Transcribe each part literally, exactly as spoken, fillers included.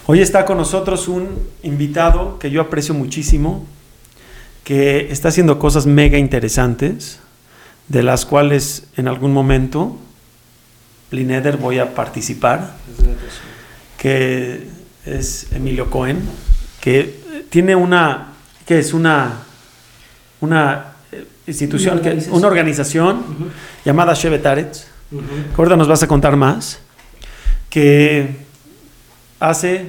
Hoy está con nosotros un invitado que yo aprecio muchísimo, que está haciendo cosas mega interesantes, de las cuales en algún momento, Blineder, voy a participar, que es Emilio Cohen, que tiene una, que es una, una institución, una organización, que, una organización uh-huh. llamada Shevet Haaretz, uh-huh. que ahorita nos vas a contar más, que hace...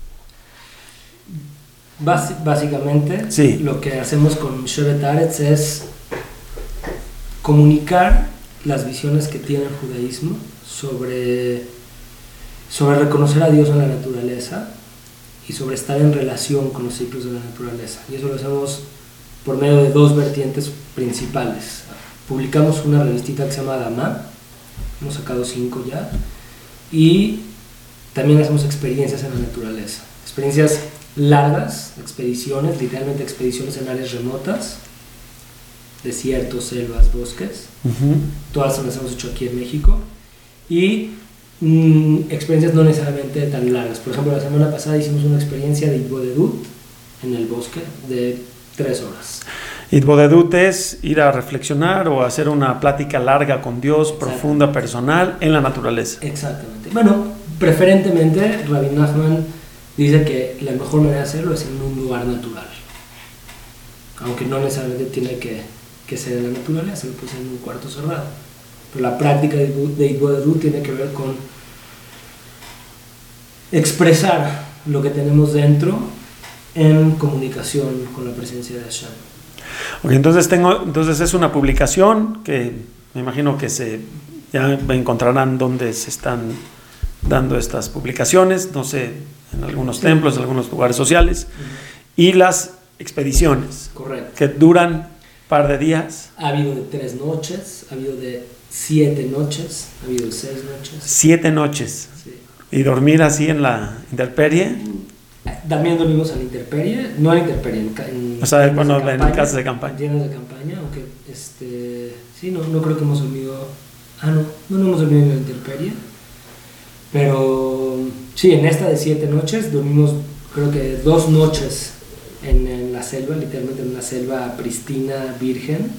Bás- básicamente, sí. lo que hacemos con Shevet Haaretz es comunicar las visiones que tiene el judaísmo sobre, sobre reconocer a Dios en la naturaleza y sobre estar en relación con los ciclos de la naturaleza. Y eso lo hacemos por medio de dos vertientes principales. Publicamos una revistita que se llama Adamá, hemos sacado cinco ya, y también hacemos experiencias en la naturaleza. Experiencias largas, expediciones, literalmente expediciones en áreas remotas, desiertos, selvas, bosques. Uh-huh. Todas las hemos hecho aquí en México. Y mmm, experiencias no necesariamente tan largas. Por ejemplo, la semana pasada hicimos una experiencia de Itbodedut en el bosque de tres horas. Itbodedut es ir a reflexionar o hacer una plática larga con Dios, profunda, personal, en la naturaleza. Exactamente. Bueno, preferentemente, Rabbi Nachman dice que la mejor manera de hacerlo es en un lugar natural. Aunque no necesariamente tiene que, que ser en la naturaleza, lo puede ser en un cuarto cerrado. Pero la práctica de Itbodedut tiene que ver con expresar lo que tenemos dentro en comunicación con la presencia de Hashem. Okay, entonces, tengo, entonces es una publicación que me imagino que se ya encontrarán dónde se están dando estas publicaciones, no sé, en algunos sí. templos, en algunos lugares sociales, uh-huh. y las expediciones. Correcto. Que duran un par de días. Ha habido de tres noches, ha habido de siete noches, ha habido de seis noches. Siete noches. Sí. ¿Y dormir así en la intemperie? También dormimos a la intemperie, no a la intemperie, en, en, o sea, en, bueno, de campaña, en casas de campaña. Llenas de campaña, aunque este, sí, no, no creo que hemos dormido, ah no, no, no hemos dormido en la intemperie, pero sí, en esta de siete noches dormimos creo que dos noches en, en la selva, literalmente en una selva pristina, virgen,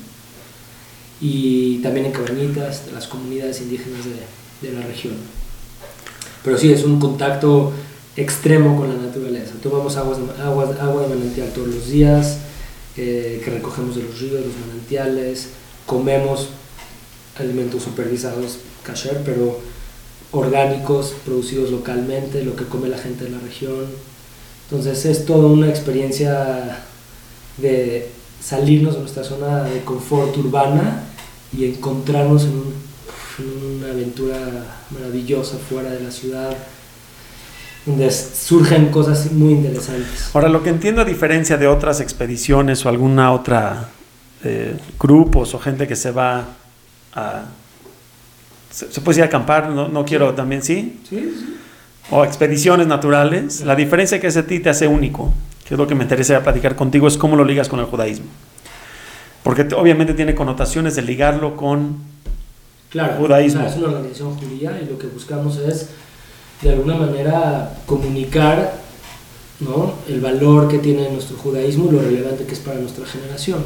y también en cabañitas de las comunidades indígenas de, de la región. Pero sí, es un contacto extremo con la naturaleza. Tomamos aguas de, aguas, agua de manantial todos los días, eh, que recogemos de los ríos, de los manantiales, comemos alimentos supervisados, kasher, pero orgánicos, producidos localmente, lo que come la gente de la región. Entonces es toda una experiencia de salirnos de nuestra zona de confort urbana y encontrarnos en, un, en una aventura maravillosa fuera de la ciudad, donde surgen cosas muy interesantes. Ahora, lo que entiendo, a diferencia de otras expediciones o alguna otra eh, grupos o gente que se va a... ¿Se, se puede ir a acampar? No, no quiero sí. también, ¿sí? Sí, sí. O expediciones naturales. Sí. La diferencia que es a ti te hace único, que es lo que me interesa platicar contigo, es cómo lo ligas con el judaísmo. Porque te, obviamente tiene connotaciones de ligarlo con claro, el judaísmo. Claro, es una organización judía y lo que buscamos es de alguna manera comunicar, ¿no?, el valor que tiene nuestro judaísmo y lo relevante que es para nuestra generación.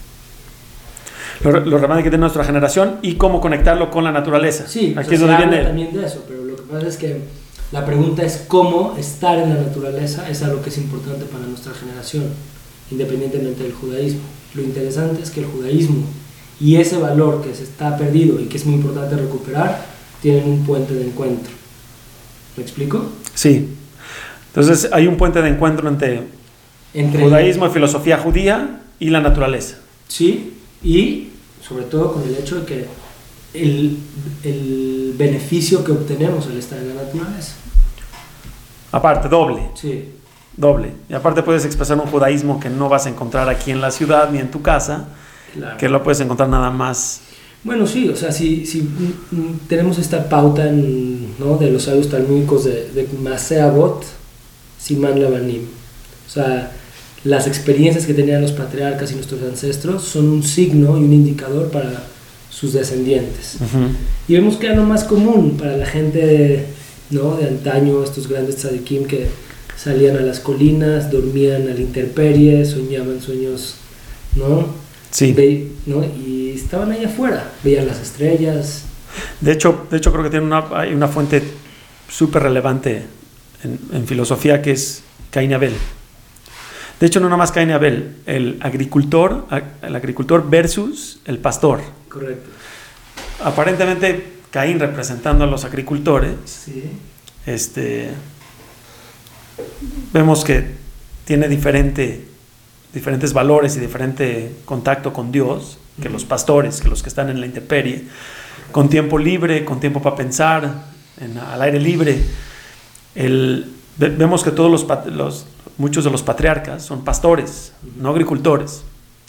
Lo, lo relevante que tiene nuestra generación y cómo conectarlo con la naturaleza. Sí, aquí o sea, es donde se habla viene también de eso, pero lo que pasa es que la pregunta es cómo estar en la naturaleza es algo que es importante para nuestra generación, independientemente del judaísmo. Lo interesante es que el judaísmo y ese valor que se está perdido y que es muy importante recuperar tienen un puente de encuentro. ¿Me explico? Sí. Entonces hay un puente de encuentro entre, entre judaísmo y filosofía judía y la naturaleza. Sí, y sobre todo con el hecho de que el, el beneficio que obtenemos al estar en la naturaleza. Aparte, doble. Sí. Doble. Y aparte puedes expresar un judaísmo que no vas a encontrar aquí en la ciudad ni en tu casa, claro. que lo puedes encontrar nada más. Bueno, sí, o sea, si, si m- tenemos esta pauta en, ¿no?, de los sabios talmúdicos de, de Maseh Avot, Siman Lavanim. O sea, las experiencias que tenían los patriarcas y nuestros ancestros son un signo y un indicador para sus descendientes. Uh-huh. Y vemos que era lo más común para la gente, ¿no?, de antaño, estos grandes tzadikim que salían a las colinas, dormían a la intemperie, soñaban sueños, ¿no? Sí. Ve, ¿no? Y estaban ahí afuera, veían las estrellas. De hecho, de hecho creo que tiene una, hay una fuente súper relevante en, en filosofía que es Caín y Abel. De hecho, no nada más Caín y Abel, el agricultor, el agricultor versus el pastor. Correcto. Aparentemente, Caín representando a los agricultores, Sí. este, vemos que tiene diferente, diferentes valores y diferente contacto con Dios que los pastores, que los que están en la intemperie, con tiempo libre, con tiempo para pensar, en, al aire libre. El, ve, vemos que todos los, los muchos de los patriarcas son pastores, no agricultores.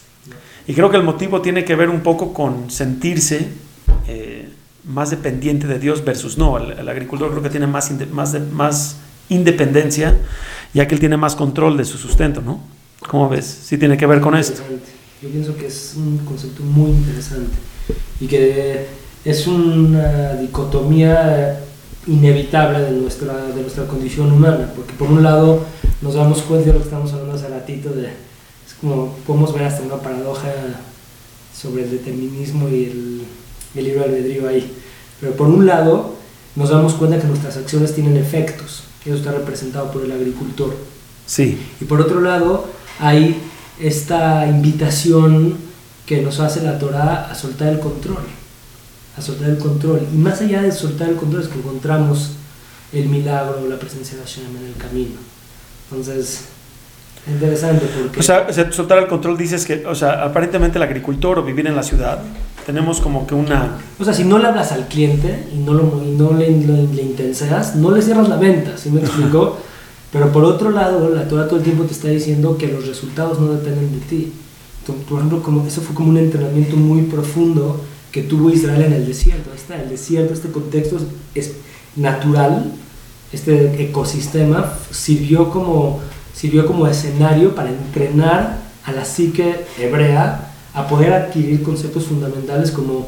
Y creo que el motivo tiene que ver un poco con sentirse eh, más dependiente de Dios versus no. El, el agricultor creo que tiene más, más, de, más independencia, ya que él tiene más control de su sustento, ¿no? ¿Cómo ves? Sí tiene que ver con esto. Yo pienso que es un concepto muy interesante y que es una dicotomía inevitable de nuestra, de nuestra condición humana, porque por un lado nos damos cuenta de lo que estamos hablando hace ratito, de, es como podemos ver hasta una paradoja sobre el determinismo y el, el libre albedrío ahí, pero por un lado nos damos cuenta que nuestras acciones tienen efectos, y eso está representado por el agricultor. Sí. Y por otro lado hay esta invitación que nos hace la Torá a soltar el control, a soltar el control, y más allá de soltar el control es que encontramos el milagro o la presencia de Hashem en el camino. Entonces, es interesante porque... O sea, soltar el control dices que, o sea, aparentemente el agricultor o vivir en la ciudad, tenemos como que una... O sea, si no le hablas al cliente y no, lo, y no le, le, le intenseas, no le cierras la venta, ¿sí me explico? Pero por otro lado, la Torá todo el tiempo te está diciendo que los resultados no dependen de ti. Por ejemplo, como, eso fue como un entrenamiento muy profundo que tuvo Israel en el desierto. Ahí está, el desierto, este contexto es natural, este ecosistema sirvió como, sirvió como escenario para entrenar a la psique hebrea a poder adquirir conceptos fundamentales como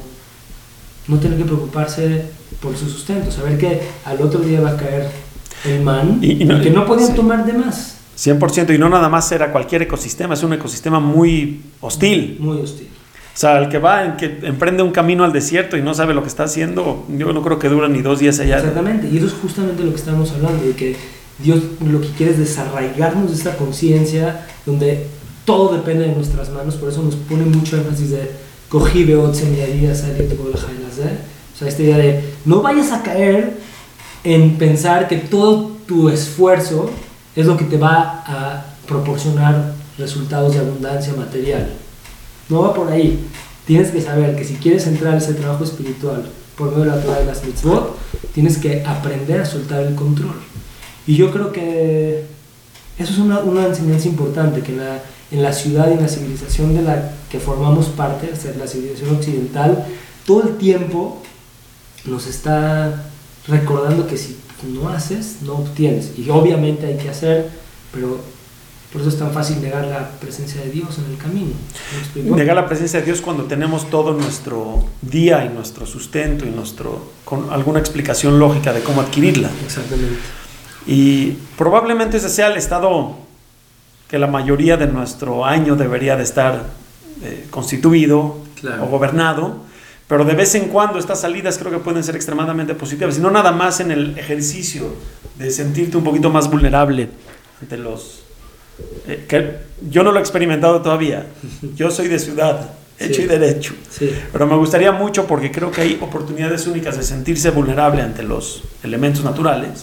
no tener que preocuparse por su sustento, saber que al otro día va a caer el man y, y, no, y que no podían sí. tomar de más. cien por ciento, y no nada más era cualquier ecosistema, es un ecosistema muy hostil. Muy hostil. O sea, el que va, el que emprende un camino al desierto y no sabe lo que está haciendo, yo no creo que dura ni dos días allá. Exactamente, y eso es justamente lo que estamos hablando, de que Dios lo que quiere es desarraigarnos de esta conciencia donde todo depende de nuestras manos, por eso nos pone mucho énfasis de cogí beot semiaría saliendo por la jainas, ¿eh? O sea, esta idea de no vayas a caer en pensar que todo tu esfuerzo es lo que te va a proporcionar resultados de abundancia material. No va por ahí. Tienes que saber que si quieres entrar a ese trabajo espiritual por medio de la Torah y las mitzvot, tienes que aprender a soltar el control. Y yo creo que eso es una, una enseñanza importante, que en la, en la ciudad y en la civilización de la que formamos parte, o sea, la civilización occidental, todo el tiempo nos está recordando que si no haces, no obtienes. Y obviamente hay que hacer, pero por eso es tan fácil negar la presencia de Dios en el camino. Negar la presencia de Dios cuando tenemos todo nuestro día y nuestro sustento y nuestro con alguna explicación lógica de cómo adquirirla. Exactamente. Y probablemente ese sea el estado que la mayoría de nuestro año debería de estar eh, constituido, claro, o gobernado, pero de vez en cuando estas salidas creo que pueden ser extremadamente positivas, y no nada más en el ejercicio de sentirte un poquito más vulnerable ante los... Eh, que yo no lo he experimentado todavía, yo soy de ciudad, hecho sí. y derecho, sí. pero me gustaría mucho porque creo que hay oportunidades únicas de sentirse vulnerable ante los elementos naturales.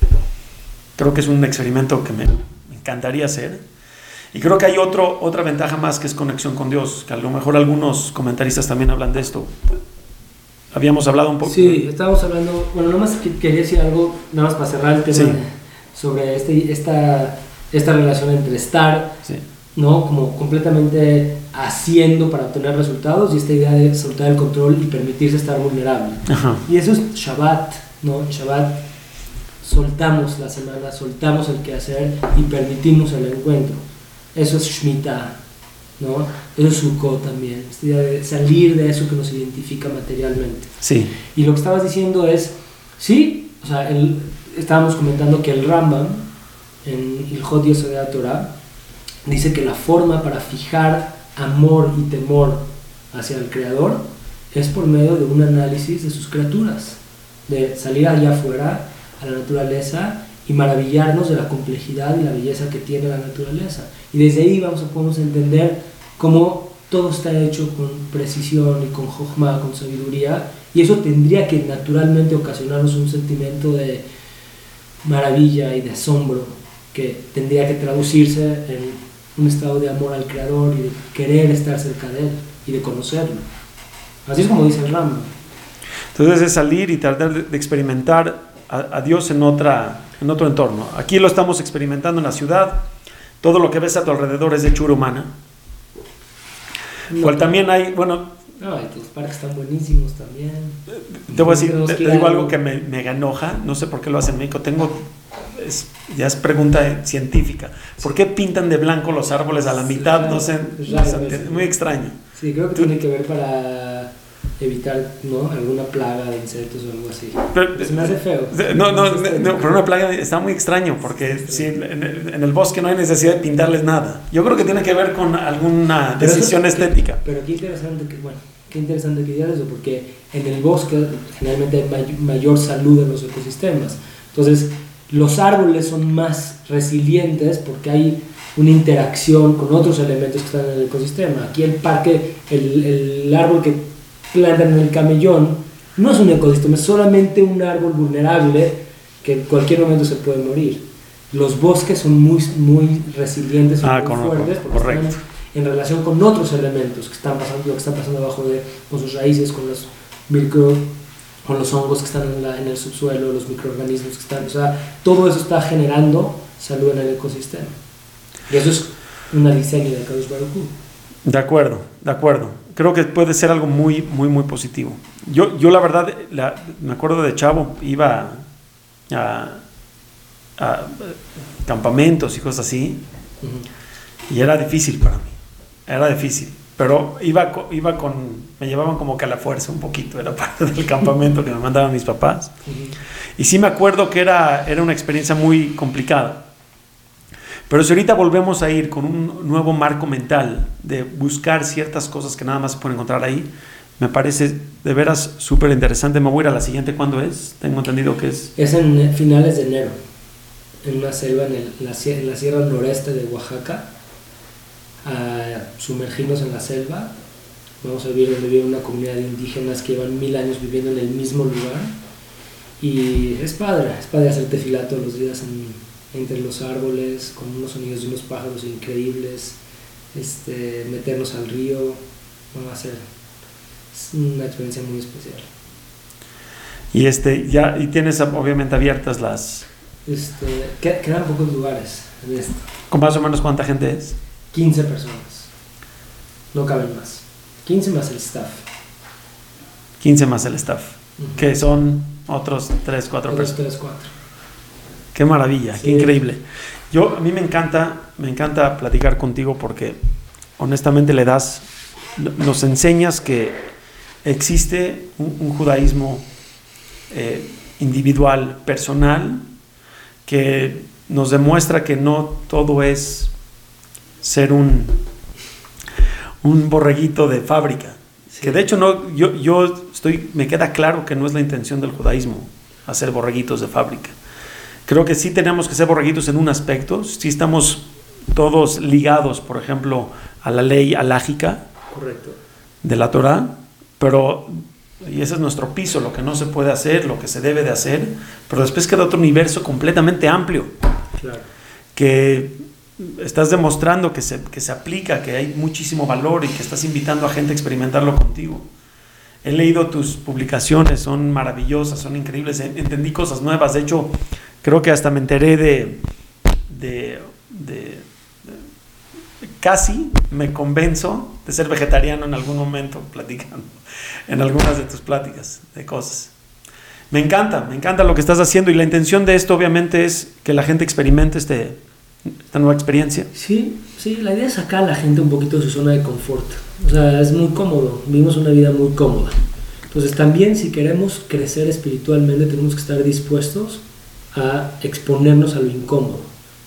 Creo que es un experimento que me, me encantaría hacer, y creo que hay otro, otra ventaja más, que es conexión con Dios, que a lo mejor algunos comentaristas también hablan de esto. Habíamos hablado un poco. Sí, estábamos hablando, bueno, nada más que quería decir algo, nada más para cerrar el tema, sí, sobre este, esta... esta relación entre estar, sí, ¿no?, como completamente haciendo para obtener resultados, y esta idea de soltar el control y permitirse estar vulnerable. Ajá. Y eso es Shabbat, ¿no? En Shabbat soltamos la semana, soltamos el quehacer y permitimos el encuentro. Eso es Shemitah, ¿no? Eso es Sukkot también, esta idea de salir de eso que nos identifica materialmente. Sí. Y lo que estabas diciendo es, sí, o sea, el, estábamos comentando que el Rambam en Ilhot Yesodei Torah, dice que la forma para fijar amor y temor hacia el Creador es por medio de un análisis de sus criaturas, de salir allá afuera a la naturaleza y maravillarnos de la complejidad y la belleza que tiene la naturaleza. Y desde ahí vamos a, podemos entender cómo todo está hecho con precisión y con jochma, con sabiduría, y eso tendría que naturalmente ocasionarnos un sentimiento de maravilla y de asombro que tendría que traducirse en un estado de amor al Creador y de querer estar cerca de Él y de conocerlo. Así es como dice el Rambam. Entonces es salir y tratar de experimentar a, a Dios en, otra, en otro entorno. Aquí lo estamos experimentando en la ciudad. Todo lo que ves a tu alrededor es de hechura humana. No, cual también hay, bueno... No, y tus parques están buenísimos también. Te voy a decir, te, te digo algo que me, me enoja, no sé por qué lo hacen en México. Tengo, es, ya es pregunta científica. ¿Por qué pintan de blanco los árboles a la mitad? No sé, no sé, muy extraño. Sí, creo que ¿Tú? tiene que ver para evitar, ¿no?, alguna plaga de insectos o algo así. Pero, se me hace feo. No, no, no, no, pero una plaga está muy extraño porque sí, sí. Si en, el, en el bosque no hay necesidad de pintarles nada. Yo creo que tiene que ver con alguna pero decisión eso, estética. Que, pero qué interesante que, bueno, qué interesante que digas eso, porque en el bosque generalmente hay may, mayor salud en los ecosistemas. Entonces, los árboles son más resilientes porque hay una interacción con otros elementos que están en el ecosistema. Aquí el parque, el, el árbol que plantan en el camellón no es un ecosistema, es solamente un árbol vulnerable que en cualquier momento se puede morir. Los bosques son muy, muy resilientes y ah, muy con, fuertes porque correcto. están en relación con otros elementos que están pasando, lo que está pasando abajo de, con sus raíces, con los micro, con los hongos que están en, la, en el subsuelo, los microorganismos que están, o sea, todo eso está generando salud en el ecosistema. Y eso es una diseño de Kadosh Baruj Hu. De acuerdo, de acuerdo. Creo que puede ser algo muy, muy, muy positivo. Yo, yo la verdad, la, me acuerdo de chavo, iba a, a, a campamentos y cosas así, uh-huh. Y era difícil para mí, era difícil. Pero iba, iba con, me llevaban como que a la fuerza un poquito, era parte del campamento que me mandaban mis papás. Uh-huh. Y sí me acuerdo que era, era una experiencia muy complicada. Pero si ahorita volvemos a ir con un nuevo marco mental de buscar ciertas cosas que nada más se pueden encontrar ahí, me parece de veras súper interesante. Me voy a ir a la siguiente. ¿Cuándo es? Tengo entendido que es... Es en finales de enero, en una selva en, el, en, la, en la sierra noreste de Oaxaca. A sumergirnos en la selva. Vamos a vivir donde vive una comunidad de indígenas que llevan mil años viviendo en el mismo lugar. Y es padre, es padre hacer tefilá todos los días en... entre los árboles, con unos sonidos de unos pájaros increíbles, este, meternos al río, bueno, va a ser una experiencia muy especial. Y este ya y tienes obviamente abiertas las... Este, quedan pocos lugares en esto. ¿Con más o menos cuánta gente es? quince personas, no caben más. quince más el staff. quince más el staff, uh-huh. Que son otros tres, cuatro personas. tres, cuatro. Qué maravilla, sí. Qué increíble. Yo, a mí me encanta, me encanta platicar contigo porque honestamente le das, nos enseñas que existe un, un judaísmo eh, individual, personal, que nos demuestra que no todo es ser un, un borreguito de fábrica. Sí. Que de hecho no, yo, yo estoy, me queda claro que no es la intención del judaísmo hacer borreguitos de fábrica. Creo que sí tenemos que ser borreguitos en un aspecto, sí estamos todos ligados, por ejemplo, a la ley halágica. Correcto. De la Torah, pero, y ese es nuestro piso, lo que no se puede hacer, lo que se debe de hacer, pero después queda otro universo completamente amplio, claro. Que estás demostrando que se, que se aplica, que hay muchísimo valor y que estás invitando a gente a experimentarlo contigo. He leído tus publicaciones, son maravillosas, son increíbles, entendí cosas nuevas, de hecho creo que hasta me enteré de, de, de, de casi me convenzo de ser vegetariano en algún momento, platicando en algunas de tus pláticas de cosas. Me encanta, me encanta lo que estás haciendo y la intención de esto obviamente es que la gente experimente este, esta nueva experiencia. Sí, sí, la idea es sacar a la gente un poquito de su zona de confort. O sea, es muy cómodo, vivimos una vida muy cómoda. Entonces también si queremos crecer espiritualmente tenemos que estar dispuestos a exponernos a lo incómodo.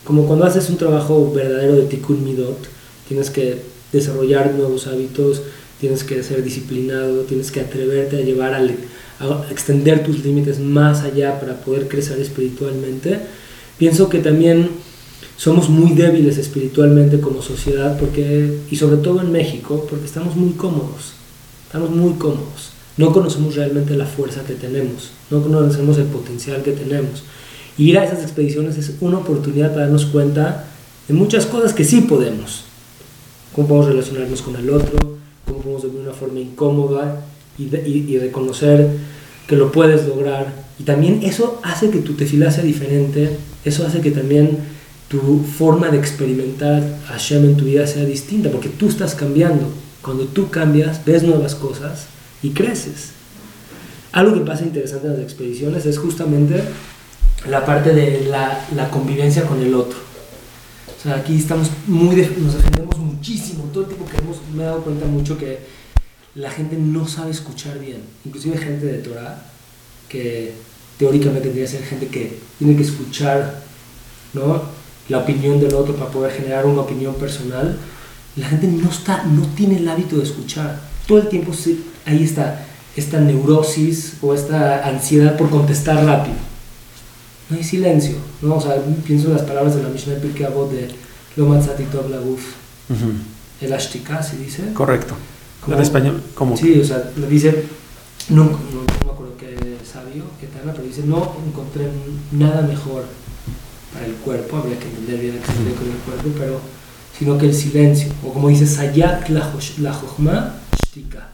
como cuando haces un trabajo verdadero de Tikkun Midot, tienes que desarrollar nuevos hábitos, tienes que ser disciplinado, tienes que atreverte a llevar al, a extender tus límites más allá para poder crecer espiritualmente. Pienso que también somos muy débiles espiritualmente como sociedad, porque, y sobre todo en México, porque estamos muy cómodos, estamos muy cómodos. No conocemos realmente la fuerza que tenemos, no conocemos el potencial que tenemos. Y ir a esas expediciones es una oportunidad para darnos cuenta de muchas cosas que sí podemos. Cómo podemos relacionarnos con el otro, cómo podemos de una forma incómoda y, de, y, y reconocer que lo puedes lograr. Y también eso hace que tu tefilá sea diferente, eso hace que también tu forma de experimentar a Hashem en tu vida sea distinta, porque tú estás cambiando. Cuando tú cambias, ves nuevas cosas y creces. Algo que pasa interesante en las expediciones es justamente la parte de la, la convivencia con el otro. O sea, aquí estamos muy de, nos defendemos muchísimo, todo el tiempo que hemos, me he dado cuenta mucho que la gente no sabe escuchar bien, inclusive gente de Torah, que teóricamente tendría que ser gente que tiene que escuchar, ¿no?, la opinión del otro para poder generar una opinión personal. La gente no, está, no tiene el hábito de escuchar, todo el tiempo se, ahí está esta neurosis o esta ansiedad por contestar rápido. No hay silencio, ¿no? O sea, pienso en las palabras de la Mishnah Pirkei Avot de Lo Matzati Tov Laguf, el ashtika, ¿se dice? Correcto. ¿En español? ¿Cómo? Sí, o sea, le dice, no, no, no me acuerdo qué sabio, qué tal, pero dice, no encontré nada mejor para el cuerpo, habría que entender bien qué se entiende con el cuerpo, pero, sino que el silencio, o como dice, Sayak la Jochma Shtika.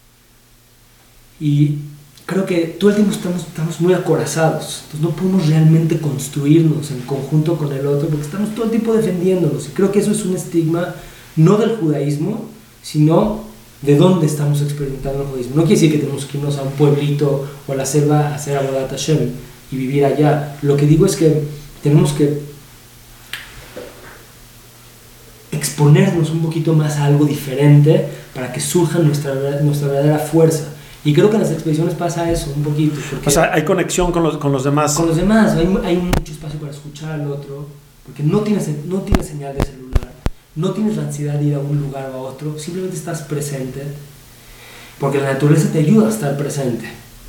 Y creo que todo el tiempo estamos, estamos muy acorazados, entonces no podemos realmente construirnos en conjunto con el otro, porque estamos todo el tiempo defendiéndonos, y creo que eso es un estigma, no del judaísmo, sino de dónde estamos experimentando el judaísmo. No quiere decir que tenemos que irnos a un pueblito o a la selva a hacer Avodat Hashem y vivir allá. Lo que digo es que tenemos que exponernos un poquito más a algo diferente para que surja nuestra, nuestra verdadera fuerza. Y creo que en las expediciones pasa eso un poquito. O sea, hay conexión con los, con los demás. Con los demás, hay, hay mucho espacio para escuchar al otro, porque no tienes, no tienes señal de celular, no tienes la ansiedad de ir a un lugar o a otro, simplemente estás presente, porque la naturaleza te ayuda a estar presente.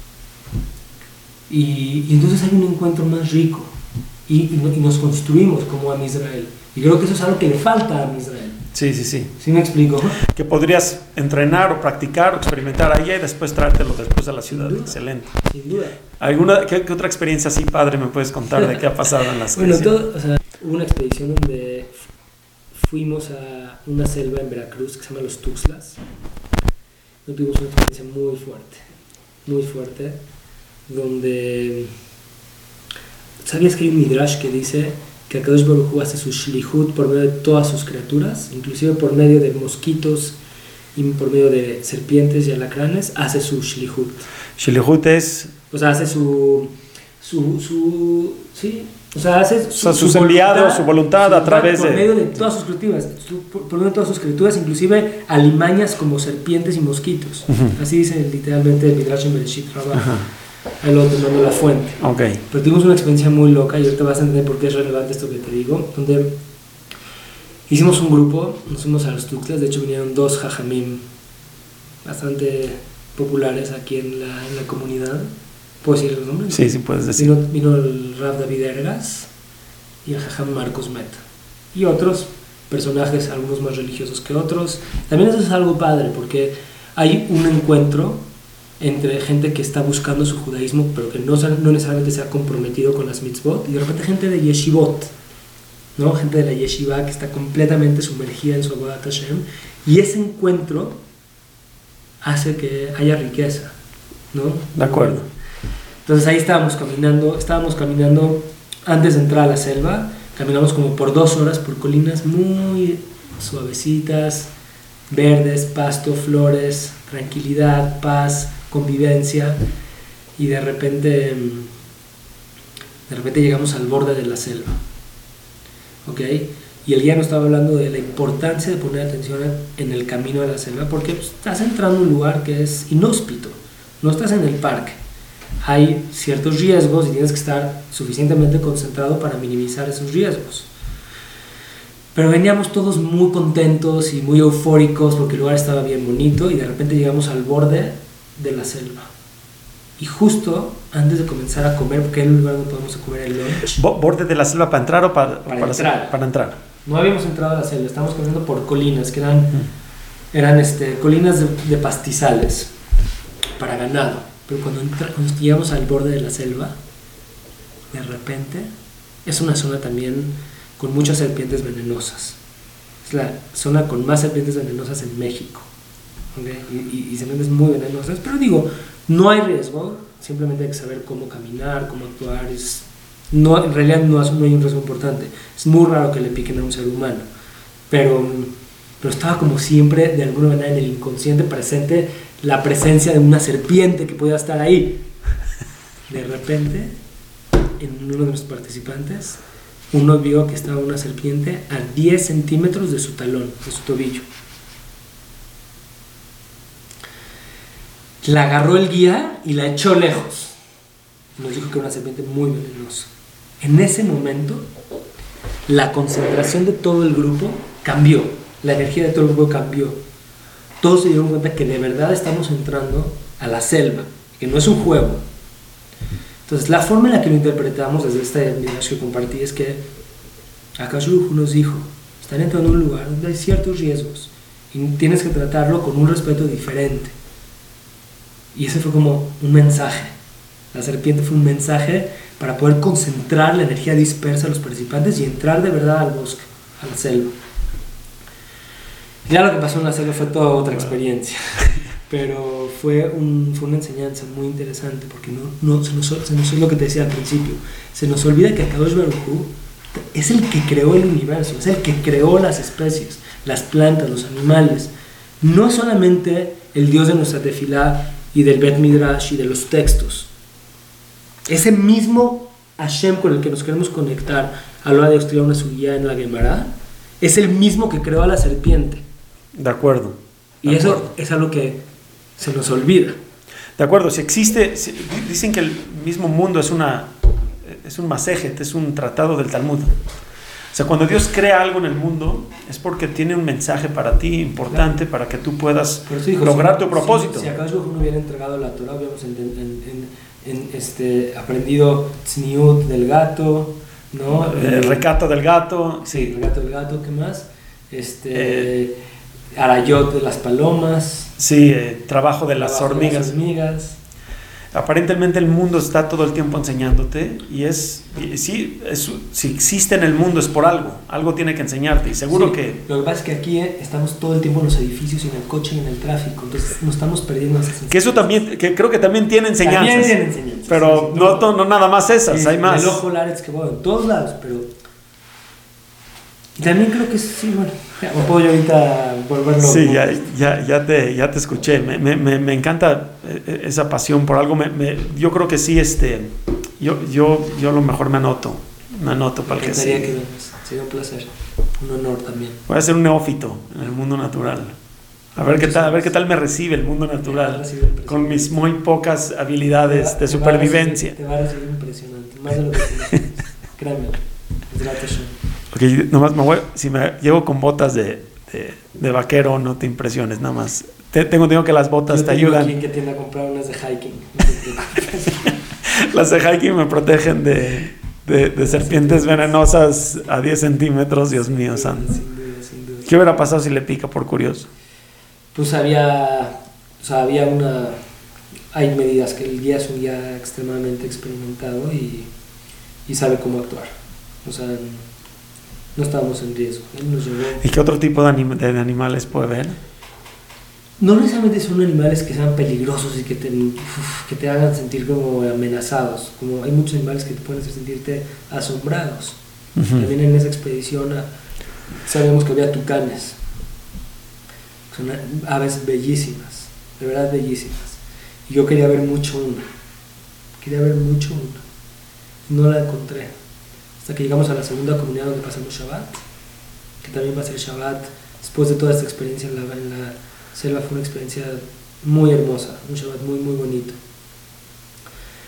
Y, y entonces hay un encuentro más rico, y, y, y nos construimos como a Israel. Y creo que eso es algo que le falta a Israel. Sí, sí, sí. ¿Sí me explico? Que podrías entrenar o practicar o experimentar allá y después traértelo después a la ciudad. Sin duda. Excelente. Sin duda. ¿Alguna, qué, qué otra experiencia así, padre, me puedes contar de qué ha pasado en las Bueno, expediciones? todo, o sea, hubo una expedición donde fuimos a una selva en Veracruz que se llama Los Tuxtlas. No tuvimos una experiencia muy fuerte, muy fuerte, donde... ¿Sabías que hay un midrash que dice que Akadosh Baruj Hu hace su shlihut por medio de todas sus criaturas, inclusive por medio de mosquitos y por medio de serpientes y alacranes, hace su shlihut? Shlihut es... O sea, hace su... su, su sí, o sea, hace su, o sea, sus su enviados, voluntad, su voluntad a través por de... Por medio de todas sus criaturas, su, por, por medio de todas sus criaturas, inclusive alimañas como serpientes y mosquitos. Uh-huh. Así dice literalmente el Midrash en Bereshit Rabbah. Uh-huh. El otro no la fuente. Okay. Pero tuvimos una experiencia muy loca y ahorita vas a entender por qué es relevante esto que te digo, donde hicimos un grupo, nos fuimos a los Tuxtlas, de hecho vinieron dos jajamim bastante populares aquí en la, en la comunidad. ¿Puedo decir los nombres? Sí, sí puedes decir. Vino, vino el Rav David Ergas y el jajam Marcos Met y otros personajes, algunos más religiosos que otros. También eso es algo padre porque hay un encuentro entre gente que está buscando su judaísmo pero que no, no necesariamente se ha comprometido con las mitzvot, y de repente gente de yeshivot, ¿no? Gente de la yeshiva que está completamente sumergida en su Avodat Hashem, y ese encuentro hace que haya riqueza, ¿no? De acuerdo. Entonces ahí estábamos caminando, estábamos caminando antes de entrar a la selva, caminamos como por dos horas por colinas muy suavecitas, verdes, pasto, flores, tranquilidad, paz, convivencia, y de repente de repente llegamos al borde de la selva, ¿ok? Y el guía nos estaba hablando de la importancia de poner atención en el camino de la selva, porque pues, estás entrando a un lugar que es inhóspito, no estás en el parque, hay ciertos riesgos y tienes que estar suficientemente concentrado para minimizar esos riesgos. Pero veníamos todos muy contentos y muy eufóricos porque el lugar estaba bien bonito y de repente llegamos al borde de la selva. Y justo antes de comenzar a comer, porque era el lugar donde podemos comer el lunch. ¿Borde de la selva para entrar o para, para, para entrar. Ser, para entrar? No habíamos entrado a la selva, estábamos caminando por colinas, que eran, uh-huh. eran este, colinas de, de pastizales para ganado. Pero cuando, entra, cuando llegamos al borde de la selva, de repente, es una zona también con muchas serpientes venenosas. Es la zona con más serpientes venenosas en México. ¿Okay? Y, y, y serpientes muy venenosas. Pero digo, no hay riesgo, simplemente hay que saber cómo caminar, cómo actuar. Es, no, en realidad no, es, no hay un riesgo importante. Es muy raro que le piquen a un ser humano. Pero, pero estaba como siempre, de alguna manera, en el inconsciente presente la presencia de una serpiente que podía estar ahí. De repente, en uno de nuestros participantes, uno vio que estaba una serpiente a diez centímetros de su talón, de su tobillo. La agarró el guía y la echó lejos. Nos dijo que era una serpiente muy venenosa. En ese momento, la concentración de todo el grupo cambió. La energía de todo el grupo cambió. Todos se dieron cuenta que de verdad estamos entrando a la selva, que no es un juego. Entonces, la forma en la que lo interpretamos desde esta idea que compartí es que Akadosh Baruj Hu nos dijo, están entrando a un lugar donde hay ciertos riesgos y tienes que tratarlo con un respeto diferente. Y ese fue como un mensaje. La serpiente fue un mensaje para poder concentrar la energía dispersa de los participantes y entrar de verdad al bosque, a la selva. Ya lo que pasó en la selva fue toda otra experiencia. Pero fue, un, fue una enseñanza muy interesante porque no, no, se, nos, se nos es lo que te decía al principio, se nos olvida que Akadosh Baruj Hu es el que creó el universo, es el que creó las especies, las plantas, los animales. No solamente el Dios de nuestra tefilá y del Bet Midrash y de los textos. Ese mismo Hashem con el que nos queremos conectar a la hora de estudiar una sugía en la Gemara es el mismo que creó a la serpiente. De acuerdo. De y acuerdo. Eso es algo que se nos olvida. De acuerdo, si existe, si, dicen que el mismo mundo es una es un masejet, es un tratado del Talmud. O sea, cuando Dios crea algo en el mundo es porque tiene un mensaje para ti importante, claro, para que tú puedas dijo, lograr si, tu propósito. Si, si acaso no hubiera entregado la Torah, hubiéramos en, en, en, en, este, aprendido tzniut del gato, ¿no? El, el recato del gato. Sí, el recato del gato, ¿qué más? Este, eh, arayot de las palomas. Sí, eh, trabajo de las trabajo hormigas. De las hormigas. Aparentemente el mundo está todo el tiempo enseñándote y es, y sí, es, si existe en el mundo es por algo, algo tiene que enseñarte y seguro sí, que... Lo que pasa es que aquí eh, estamos todo el tiempo en los edificios y en el coche y en el tráfico, entonces nos estamos perdiendo esas enseñanzas. Que eso también, que creo que también tiene enseñanzas. También tiene enseñanzas. Pero sí, no, no, no nada más esas, sí, hay más. El ojo Laretz que bueno, en todos lados, pero... Y también creo que sí, bueno, o puedo yo ahorita volverlo. Sí, ya, ya, ya, te, ya te escuché. Me, me, me encanta esa pasión por algo. Me, me, yo creo que sí, este, yo, yo, yo a lo mejor me anoto, me anoto para el que sí. Que sería un placer, un honor también. Voy a ser un neófito en el mundo natural. A ver qué tal, a ver qué tal me recibe el mundo natural con mis muy pocas habilidades va, de supervivencia. Te va a recibir impresionante, más de lo que tienes. Créeme, es grato. Okay, nomás me voy, si me llevo con botas de, de, de vaquero, no te impresiones, nada más. Te, tengo, tengo que las botas Yo te ayudan. Yo que tienda a comprar unas de hiking. Las de hiking me protegen de, de, de serpientes venenosas a diez centímetros, Dios mío santo. Sin duda, sin duda. ¿Qué hubiera pasado si le pica por curioso? Pues había, o sea, había una, hay medidas que el guía es un guía extremadamente experimentado y, y sabe cómo actuar. O sea, no estábamos en riesgo. Él nos llevó. ¿Y qué otro tipo de, anim- de animales puede ver? No necesariamente son animales que sean peligrosos y que te, uf, que te hagan sentir como amenazados. Como hay muchos animales que te pueden hacer sentirte asombrados. Uh-huh. También en esa expedición sabíamos que había tucanes. Son aves bellísimas, de verdad bellísimas. Y yo quería ver mucho una. Quería ver mucho una. No la encontré. Hasta que llegamos a la segunda comunidad donde pasamos Shabbat, que también va a ser Shabbat. Después de toda esta experiencia en la, en la selva fue una experiencia muy hermosa, un Shabbat muy muy bonito.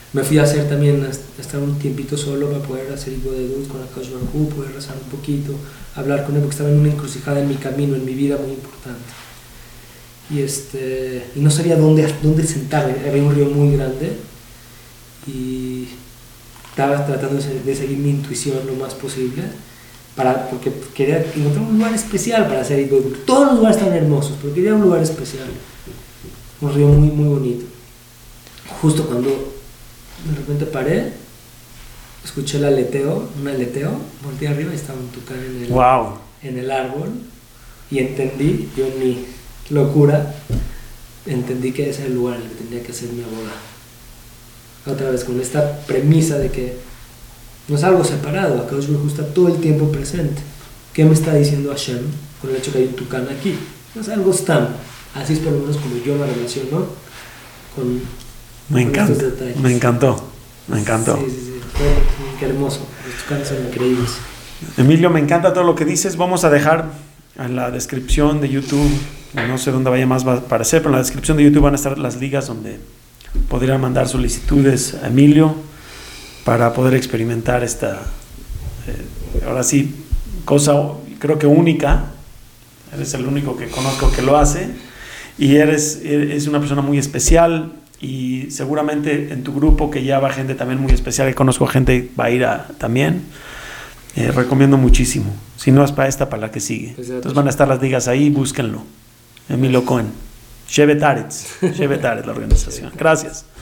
me fui a hacer también, a estar un tiempito solo para poder hacer Higo de Dud con Akadosh Baruj Hu, poder rezar un poquito, hablar con él, porque estaba en una encrucijada en mi camino, en mi vida muy importante. Y, este, y no sabía dónde, dónde sentarme, había un río muy grande y estaba tratando de, de seguir mi intuición lo más posible, para, porque quería encontrar un lugar especial para hacer Higo de Dud. Todos los lugares estaban hermosos, pero quería un lugar especial, un río muy, muy bonito. Justo cuando de repente paré, escuché el aleteo, un aleteo, volteé arriba y estaba un tucán en el, wow. en el árbol y entendí, yo en mi locura, entendí que ese era el lugar en el que tenía que hacer mi boda. Otra vez con esta premisa de que no es algo separado, acá Akadosh Baruj Hu está todo el tiempo presente. ¿Qué me está diciendo Hashem con el hecho que hay un tucán aquí? No es algo stam, así es por lo menos como yo me relaciono con, me con encanta, estos detalles. Me encantó, me encantó. Sí, sí, sí. Qué hermoso, los tucanes son increíbles. Emilio, me encanta todo lo que dices. Vamos a dejar en la descripción de YouTube, no sé dónde vaya más va a aparecer, pero en la descripción de YouTube van a estar las ligas donde podrían mandar solicitudes a Emilio para poder experimentar esta, eh, ahora sí, cosa creo que única. Eres el único que conozco que lo hace y eres, eres una persona muy especial. Y seguramente en tu grupo que ya va gente también muy especial, que conozco gente va a ir a, también, eh, recomiendo muchísimo, si no es para esta, para la que sigue. Entonces van a estar las ligas ahí, búsquenlo. Emilio Cohen, Shevet Aretz, Shevet Aretz la organización. Gracias.